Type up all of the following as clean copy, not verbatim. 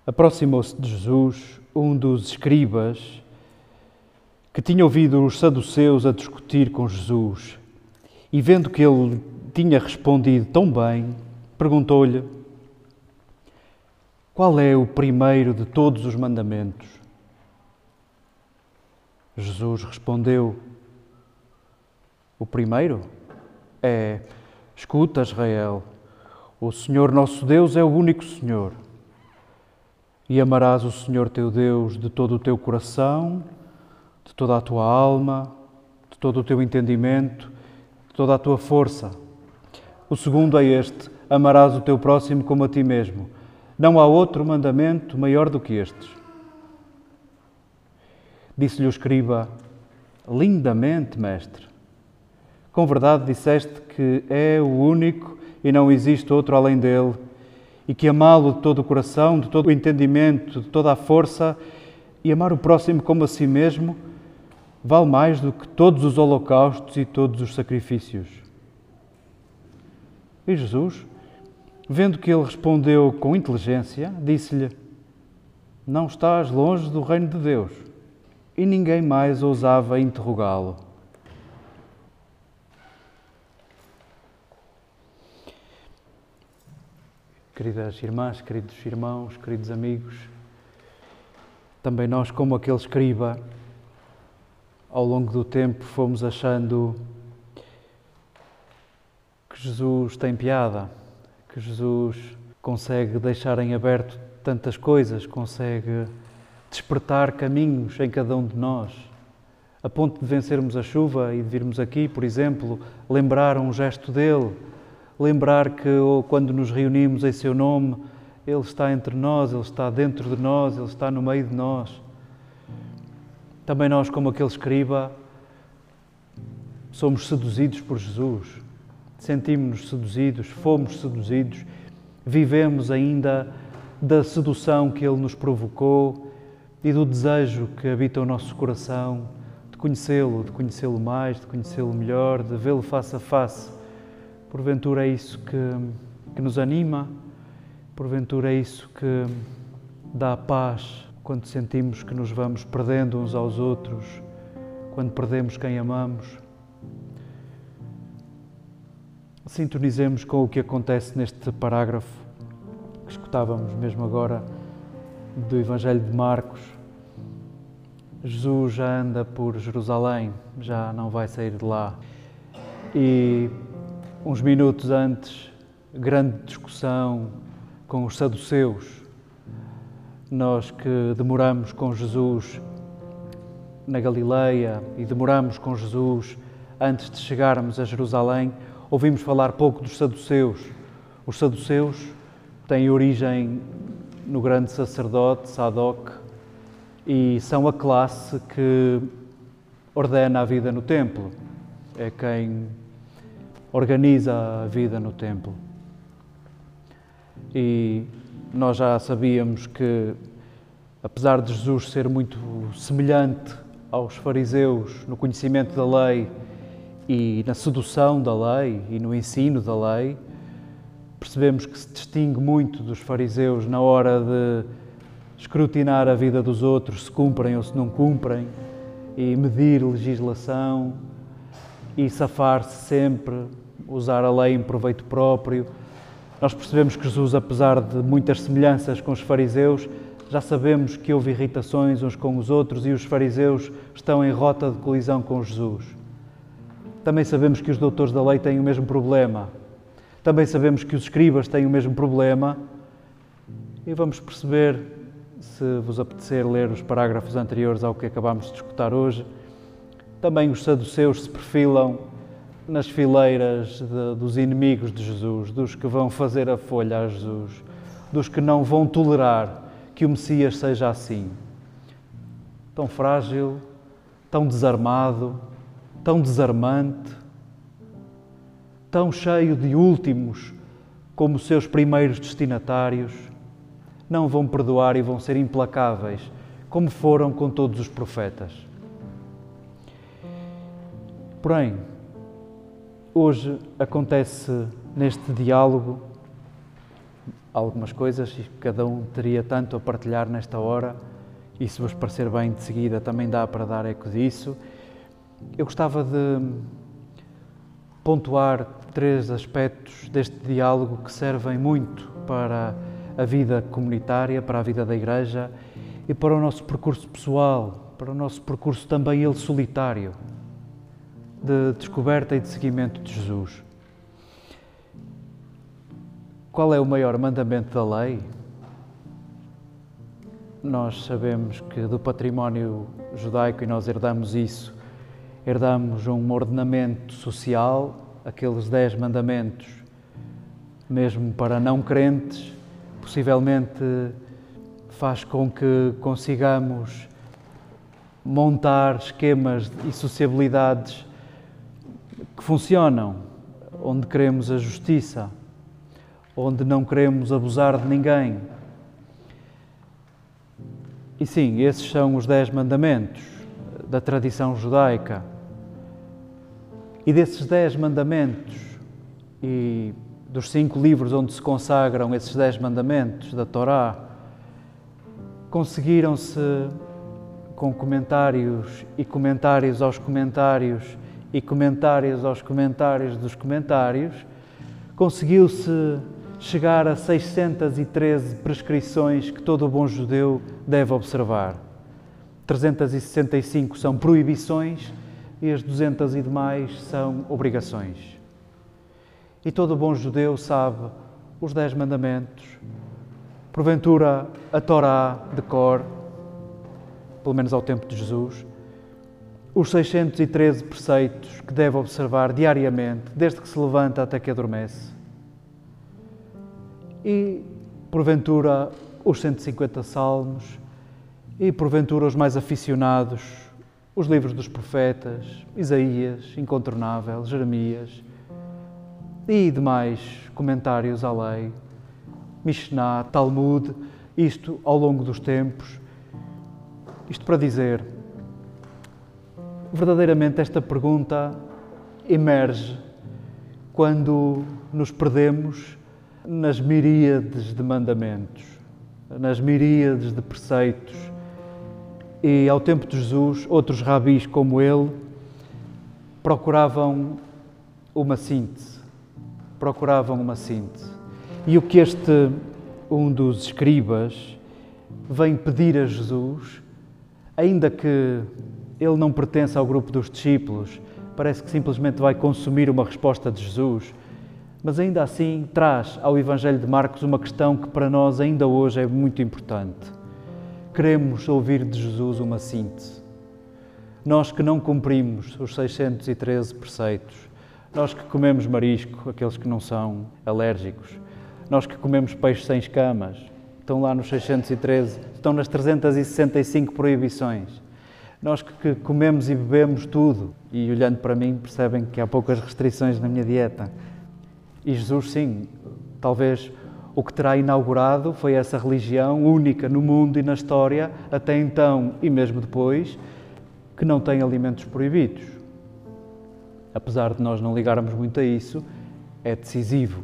Aproximou-se de Jesus um dos escribas que tinha ouvido os saduceus a discutir com Jesus e, vendo que ele tinha respondido tão bem, perguntou-lhe: qual é o primeiro de todos os mandamentos? Jesus respondeu: o primeiro é: escuta, Israel, o Senhor nosso Deus é o único Senhor. E amarás o Senhor teu Deus de todo o teu coração, de toda a tua alma, de todo o teu entendimento, de toda a tua força. O segundo é este: amarás o teu próximo como a ti mesmo. Não há outro mandamento maior do que estes. Disse-lhe o escriba: lindamente, mestre. Com verdade disseste que é o único e não existe outro além dele, e que amá-lo de todo o coração, de todo o entendimento, de toda a força, e amar o próximo como a si mesmo, vale mais do que todos os holocaustos e todos os sacrifícios. E Jesus, vendo que ele respondeu com inteligência, disse-lhe: não estás longe do reino de Deus. E ninguém mais ousava interrogá-lo. Queridas irmãs, queridos irmãos, queridos amigos, também nós, como aquele escriba, ao longo do tempo fomos achando que Jesus tem piada, que Jesus consegue deixar em aberto tantas coisas, consegue despertar caminhos em cada um de nós, a ponto de vencermos a chuva e de virmos aqui, por exemplo, lembrar um gesto dele, lembrar que quando nos reunimos em seu nome, Ele está entre nós, Ele está dentro de nós, Ele está no meio de nós. Também nós, como aquele escriba, somos seduzidos por Jesus, sentimos-nos seduzidos, fomos seduzidos, vivemos ainda da sedução que Ele nos provocou e do desejo que habita o nosso coração de conhecê-lo mais, de conhecê-lo melhor, de vê-lo face a face. Porventura é isso que nos anima, porventura é isso que dá paz quando sentimos que nos vamos perdendo uns aos outros, quando perdemos quem amamos. Sintonizemos com o que acontece neste parágrafo que escutávamos mesmo agora do Evangelho de Marcos. Jesus já anda por Jerusalém, já não vai sair de lá. E uns minutos antes, grande discussão com os saduceus. Nós que demoramos com Jesus na Galileia e demoramos com Jesus antes de chegarmos a Jerusalém, ouvimos falar pouco dos saduceus. Os saduceus têm origem no grande sacerdote Sadoc e são a classe que ordena a vida no templo. É quem organiza a vida no templo. E nós já sabíamos que, apesar de Jesus ser muito semelhante aos fariseus no conhecimento da lei e na sedução da lei e no ensino da lei, percebemos que se distingue muito dos fariseus na hora de escrutinar a vida dos outros, se cumprem ou se não cumprem, e medir legislação e safar-se sempre, usar a lei em proveito próprio. Nós percebemos que Jesus, apesar de muitas semelhanças com os fariseus, já sabemos que houve irritações uns com os outros e os fariseus estão em rota de colisão com Jesus. Também sabemos que os doutores da lei têm o mesmo problema. Também sabemos que os escribas têm o mesmo problema. E vamos perceber, se vos apetecer ler os parágrafos anteriores ao que acabámos de escutar hoje, também os saduceus se perfilam nas fileiras dos inimigos de Jesus, dos que vão fazer a folha a Jesus, dos que não vão tolerar que o Messias seja assim. Tão frágil, tão desarmado, tão desarmante, tão cheio de últimos como seus primeiros destinatários, não vão perdoar e vão ser implacáveis, como foram com todos os profetas. Porém, hoje acontece neste diálogo algumas coisas e cada um teria tanto a partilhar nesta hora, e se vos parecer bem de seguida também dá para dar eco disso. Eu gostava de pontuar 3 aspectos deste diálogo que servem muito para a vida comunitária, para a vida da Igreja e para o nosso percurso pessoal, para o nosso percurso também ele solitário, de descoberta e de seguimento de Jesus. Qual é o maior mandamento da lei? Nós sabemos que do património judaico, e nós herdamos isso, herdamos um ordenamento social, aqueles 10 mandamentos, mesmo para não crentes, possivelmente faz com que consigamos montar esquemas e sociabilidades que funcionam, onde queremos a justiça, onde não queremos abusar de ninguém. E sim, esses são os 10 mandamentos da tradição judaica. E desses 10 mandamentos e dos 5 livros onde se consagram esses 10 mandamentos da Torá, conseguiram-se, com comentários e comentários aos comentários e comentários aos comentários dos comentários, conseguiu-se chegar a 613 prescrições que todo o bom judeu deve observar. 365 são proibições e as 200 e demais são obrigações. E todo o bom judeu sabe os 10 mandamentos, porventura a Torá de cor, pelo menos ao tempo de Jesus, os 613 preceitos que deve observar diariamente, desde que se levanta até que adormece. E, porventura, os 150 salmos, e, porventura, os mais aficionados, os livros dos profetas, Isaías, incontornável, Jeremias, e demais comentários à lei, Mishnah, Talmud, isto ao longo dos tempos. Isto para dizer, verdadeiramente esta pergunta emerge quando nos perdemos nas miríades de mandamentos, nas miríades de preceitos. E ao tempo de Jesus, outros rabis como ele procuravam uma síntese. E o que um dos escribas, vem pedir a Jesus, ainda que ele não pertença ao grupo dos discípulos, parece que simplesmente vai consumir uma resposta de Jesus, mas ainda assim traz ao Evangelho de Marcos uma questão que para nós ainda hoje é muito importante. Queremos ouvir de Jesus uma síntese. Nós que não cumprimos os 613 preceitos, nós que comemos marisco, aqueles que não são alérgicos, nós que comemos peixe sem escamas, estão lá nos 613, estão nas 365 proibições. Nós que comemos e bebemos tudo, e olhando para mim percebem que há poucas restrições na minha dieta. E Jesus, sim, talvez o que terá inaugurado foi essa religião única no mundo e na história, até então e mesmo depois, que não tem alimentos proibidos. Apesar de nós não ligarmos muito a isso, é decisivo.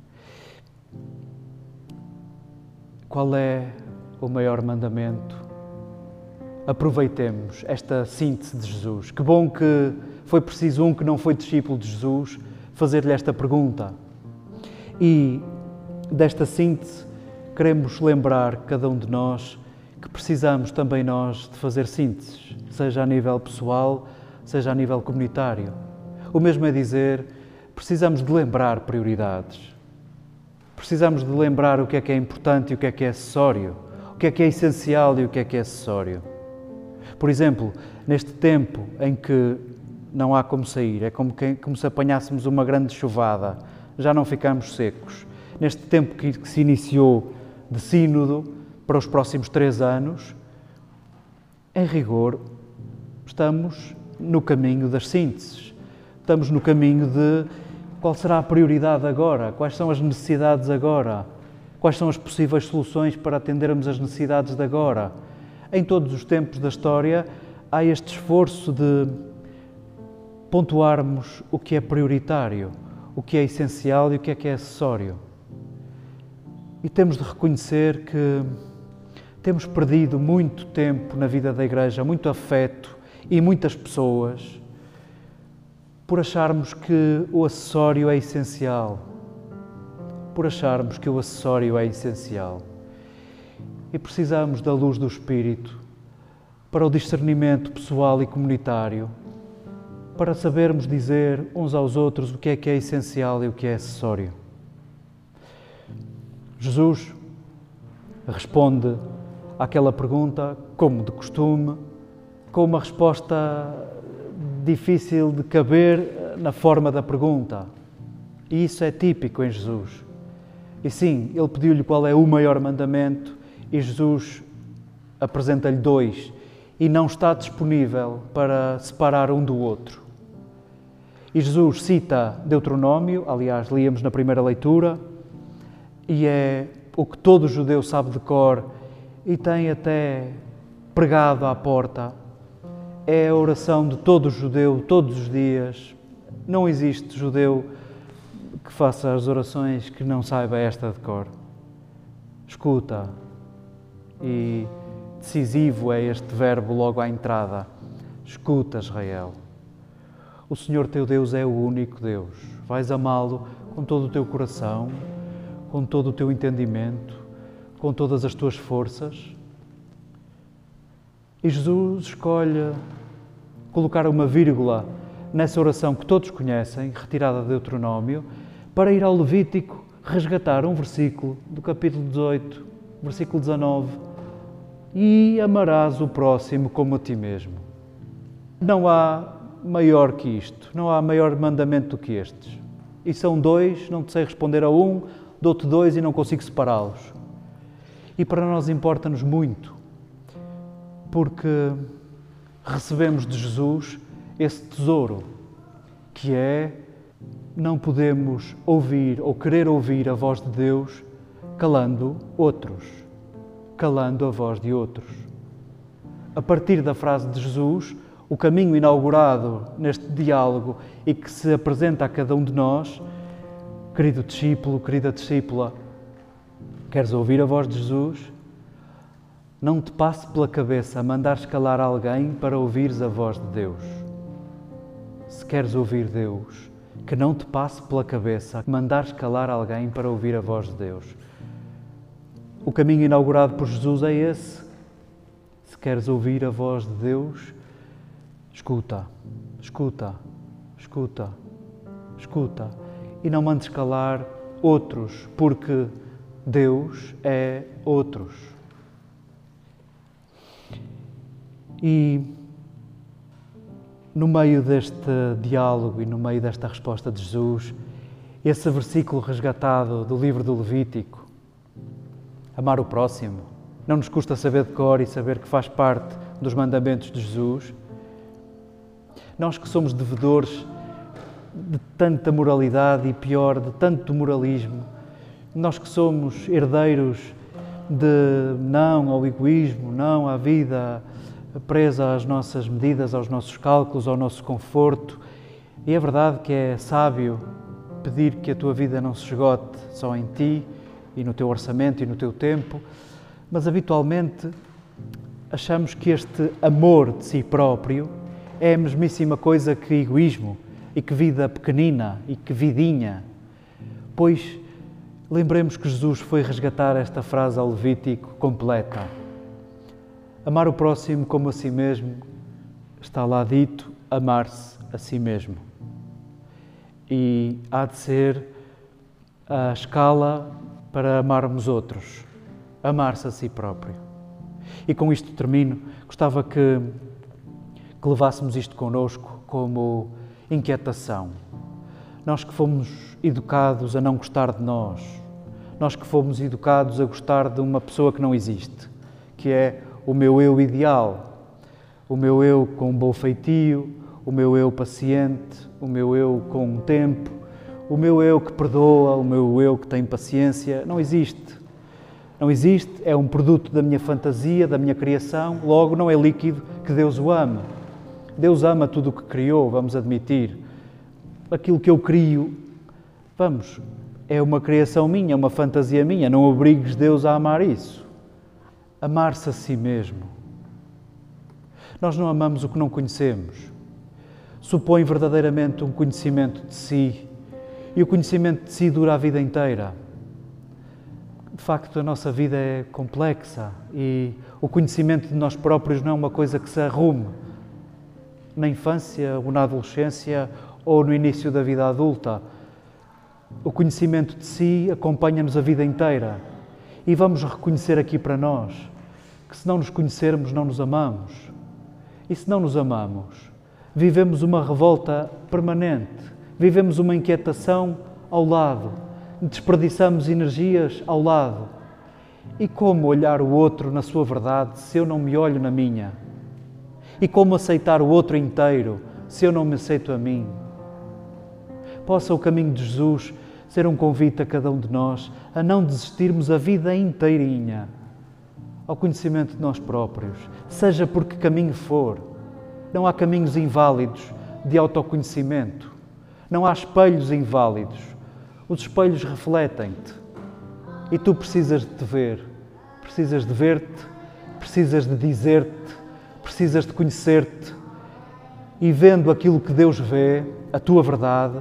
Qual é o maior mandamento? Aproveitemos esta síntese de Jesus. Que bom que foi preciso um que não foi discípulo de Jesus fazer-lhe esta pergunta. E desta síntese queremos lembrar cada um de nós que precisamos também nós de fazer sínteses, seja a nível pessoal, seja a nível comunitário. O mesmo é dizer, precisamos de lembrar prioridades. Precisamos de lembrar o que é importante e o que é acessório, o que é essencial e o que é acessório. Por exemplo, neste tempo em que não há como sair, é como se apanhássemos uma grande chuvada, já não ficamos secos. Neste tempo que se iniciou de sínodo para os próximos 3 anos, em rigor, estamos no caminho das sínteses. Estamos no caminho de qual será a prioridade agora, quais são as necessidades agora, quais são as possíveis soluções para atendermos as necessidades de agora. Em todos os tempos da história há este esforço de pontuarmos o que é prioritário, o que é essencial e o que é acessório. E temos de reconhecer que temos perdido muito tempo na vida da Igreja, muito afeto e muitas pessoas, por acharmos que o acessório é essencial. Por acharmos que o acessório é essencial. E precisamos da luz do Espírito para o discernimento pessoal e comunitário, para sabermos dizer uns aos outros o que é essencial e o que é acessório. Jesus responde àquela pergunta, como de costume, com uma resposta difícil de caber na forma da pergunta. E isso é típico em Jesus. E sim, ele pediu-lhe qual é o maior mandamento e Jesus apresenta-lhe 2 e não está disponível para separar um do outro. E Jesus cita Deuteronômio, aliás, líamos na primeira leitura, e é o que todo judeu sabe de cor e tem até pregado à porta. É a oração de todo judeu, todos os dias. Não existe judeu que faça as orações que não saiba esta de cor. Escuta. E decisivo é este verbo logo à entrada. Escuta, Israel. O Senhor teu Deus é o único Deus. Vais amá-lo com todo o teu coração, com todo o teu entendimento, com todas as tuas forças. E Jesus escolhe colocar uma vírgula nessa oração que todos conhecem, retirada de Deuteronômio, para ir ao Levítico resgatar um versículo do capítulo 18, versículo 19, e amarás o próximo como a ti mesmo. Não há maior que isto, não há maior mandamento do que estes. E são 2, não te sei responder a um, dou-te 2 e não consigo separá-los. E para nós importa-nos muito, porque recebemos de Jesus esse tesouro, que é não podemos ouvir ou querer ouvir a voz de Deus calando outros, calando a voz de outros. A partir da frase de Jesus, o caminho inaugurado neste diálogo e que se apresenta a cada um de nós, querido discípulo, querida discípula, queres ouvir a voz de Jesus? Não te passe pela cabeça mandares calar alguém para ouvires a voz de Deus. Se queres ouvir Deus, que não te passe pela cabeça mandares calar alguém para ouvir a voz de Deus. O caminho inaugurado por Jesus é esse. Se queres ouvir a voz de Deus, escuta, escuta, escuta, escuta. E não mandes calar outros, porque Deus é outros. E no meio deste diálogo e no meio desta resposta de Jesus, esse versículo resgatado do livro do Levítico, amar o próximo, não nos custa saber de cor e saber que faz parte dos mandamentos de Jesus. Nós que somos devedores de tanta moralidade e pior, de tanto moralismo, nós que somos herdeiros de não ao egoísmo, não à vida presa às nossas medidas, aos nossos cálculos, ao nosso conforto. E é verdade que é sábio pedir que a tua vida não se esgote só em ti e no teu orçamento e no teu tempo, mas habitualmente achamos que este amor de si próprio é a mesmíssima coisa que egoísmo e que vida pequenina e que vidinha. Pois lembremos que Jesus foi resgatar esta frase ao Levítico completa. Amar o próximo como a si mesmo, está lá dito, amar-se a si mesmo. E há de ser a escala para amarmos outros, amar-se a si próprio. E com isto termino, gostava que levássemos isto connosco como inquietação. Nós que fomos educados a não gostar de nós, nós que fomos educados a gostar de uma pessoa que não existe, que é o meu eu ideal, o meu eu com um bom feitio, o meu eu paciente, o meu eu com tempo, o meu eu que perdoa, o meu eu que tem paciência. Não existe. Não existe, é um produto da minha fantasia, da minha criação, logo não é líquido que Deus o ama. Deus ama tudo o que criou, vamos admitir. Aquilo que eu crio, é uma criação minha, é uma fantasia minha. Não obrigues Deus a amar isso. Amar-se a si mesmo. Nós não amamos o que não conhecemos. Supõe verdadeiramente um conhecimento de si. E o conhecimento de si dura a vida inteira. De facto, a nossa vida é complexa e o conhecimento de nós próprios não é uma coisa que se arrume na infância ou na adolescência ou no início da vida adulta. O conhecimento de si acompanha-nos a vida inteira e vamos reconhecer aqui para nós que se não nos conhecermos, não nos amamos. E se não nos amamos, vivemos uma revolta permanente, vivemos uma inquietação ao lado, desperdiçamos energias ao lado. E como olhar o outro na sua verdade se eu não me olho na minha? E como aceitar o outro inteiro se eu não me aceito a mim? Possa o caminho de Jesus ser um convite a cada um de nós a não desistirmos a vida inteirinha ao conhecimento de nós próprios, seja por que caminho for. Não há caminhos inválidos de autoconhecimento, não há espelhos inválidos. Os espelhos refletem-te e tu precisas de te ver, precisas de ver-te, precisas de dizer-te, precisas de conhecer-te e vendo aquilo que Deus vê, a tua verdade,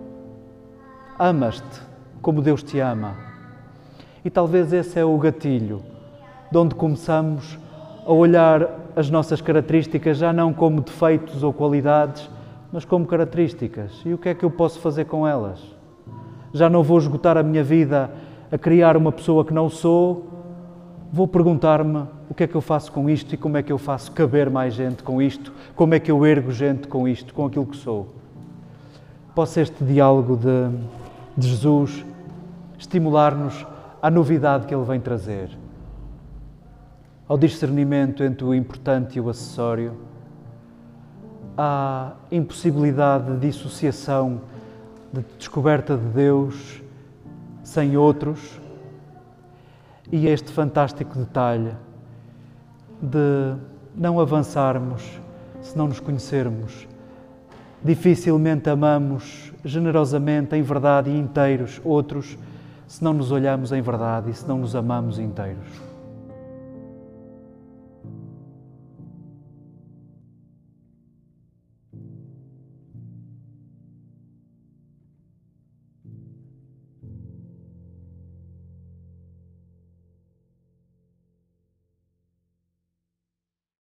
amas-te como Deus te ama. E talvez esse é o gatilho de onde começamos a olhar as nossas características já não como defeitos ou qualidades, mas como características. E o que é que eu posso fazer com elas? Já não vou esgotar a minha vida a criar uma pessoa que não sou, vou perguntar-me o que é que eu faço com isto e como é que eu faço caber mais gente com isto, como é que eu ergo gente com isto, com aquilo que sou. Possa este diálogo de Jesus estimular-nos à novidade que Ele vem trazer, ao discernimento entre o importante e o acessório, à impossibilidade de dissociação, de descoberta de Deus sem outros e este fantástico detalhe de não avançarmos se não nos conhecermos. Dificilmente amamos generosamente, em verdade e inteiros outros se não nos olhamos em verdade e se não nos amamos inteiros.